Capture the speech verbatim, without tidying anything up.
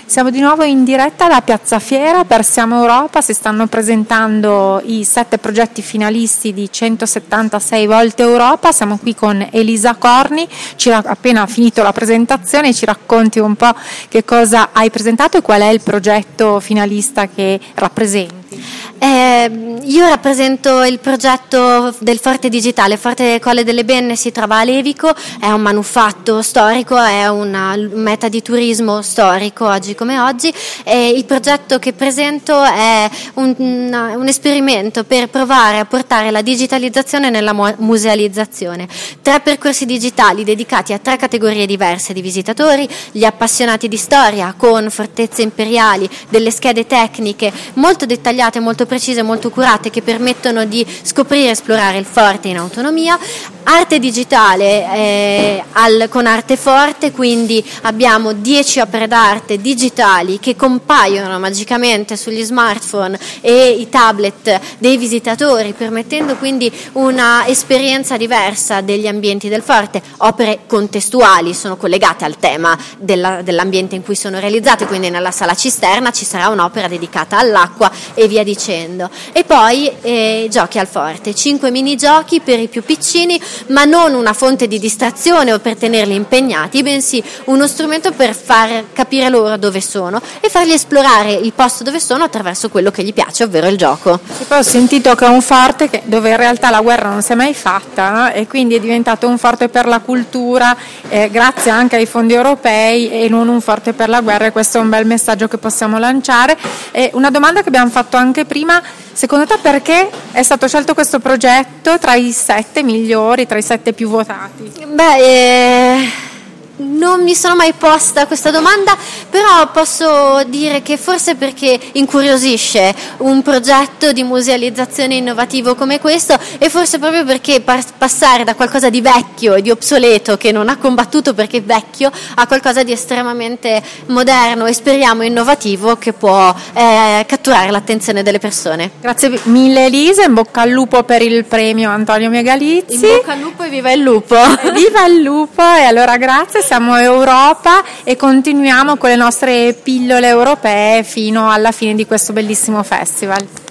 Siamo di nuovo in diretta da Piazza Fiera per Siamo Europa. Si stanno presentando i sette progetti finalisti di centosettantasei volte Europa. Siamo qui con Elisa Corni, ci ha appena finito la presentazione, ci racconti un po' che cosa hai presentato e qual è il progetto finalista che rappresenti. Eh, io rappresento il progetto del Forte Digitale. Forte Colle delle Benne si trova a Levico, è un manufatto storico, è una meta di turismo storico oggi come oggi, e il progetto che presento è un, un, un esperimento per provare a portare la digitalizzazione nella musealizzazione. Tre percorsi digitali dedicati a tre categorie diverse di visitatori: gli appassionati di storia con fortezze imperiali, delle schede tecniche molto dettagliate, molto precise, molto curate, che permettono di scoprire e esplorare il forte in autonomia; arte digitale eh, al, con arte forte, quindi abbiamo dieci opere d'arte digitali che compaiono magicamente sugli smartphone e i tablet dei visitatori, permettendo quindi una esperienza diversa degli ambienti del forte. Opere contestuali, sono collegate al tema della, dell'ambiente in cui sono realizzate, quindi nella sala cisterna ci sarà un'opera dedicata all'acqua e via dicendo. E poi eh, giochi al forte, cinque minigiochi per i più piccini, ma non una fonte di distrazione o per tenerli impegnati, bensì uno strumento per far capire loro dove sono e fargli esplorare il posto dove sono attraverso quello che gli piace, ovvero il gioco. E poi ho sentito che è un forte che, dove in realtà la guerra non si è mai fatta, no? E quindi è diventato un forte per la cultura, eh, grazie anche ai fondi europei, e non un forte per la guerra, e questo è un bel messaggio che possiamo lanciare. E una domanda che abbiamo fatto anche prima: secondo te perché è stato scelto questo progetto tra i sette migliori, tra i sette più votati? Beh, eh, non mi sono mai posta questa domanda, però posso dire che forse perché incuriosisce un progetto di musealizzazione innovativo come questo, e forse proprio perché passare da qualcosa di vecchio e di obsoleto, che non ha combattuto perché è vecchio, a qualcosa di estremamente moderno e speriamo innovativo, che può eh, catturare l'attenzione delle persone. Grazie mille Elisa, in bocca al lupo per il premio Antonio Megalizzi. In bocca al lupo e viva il lupo! E viva il lupo! E allora grazie, siamo Europa e continuiamo con le nostre pillole europee fino alla fine di questo bellissimo festival.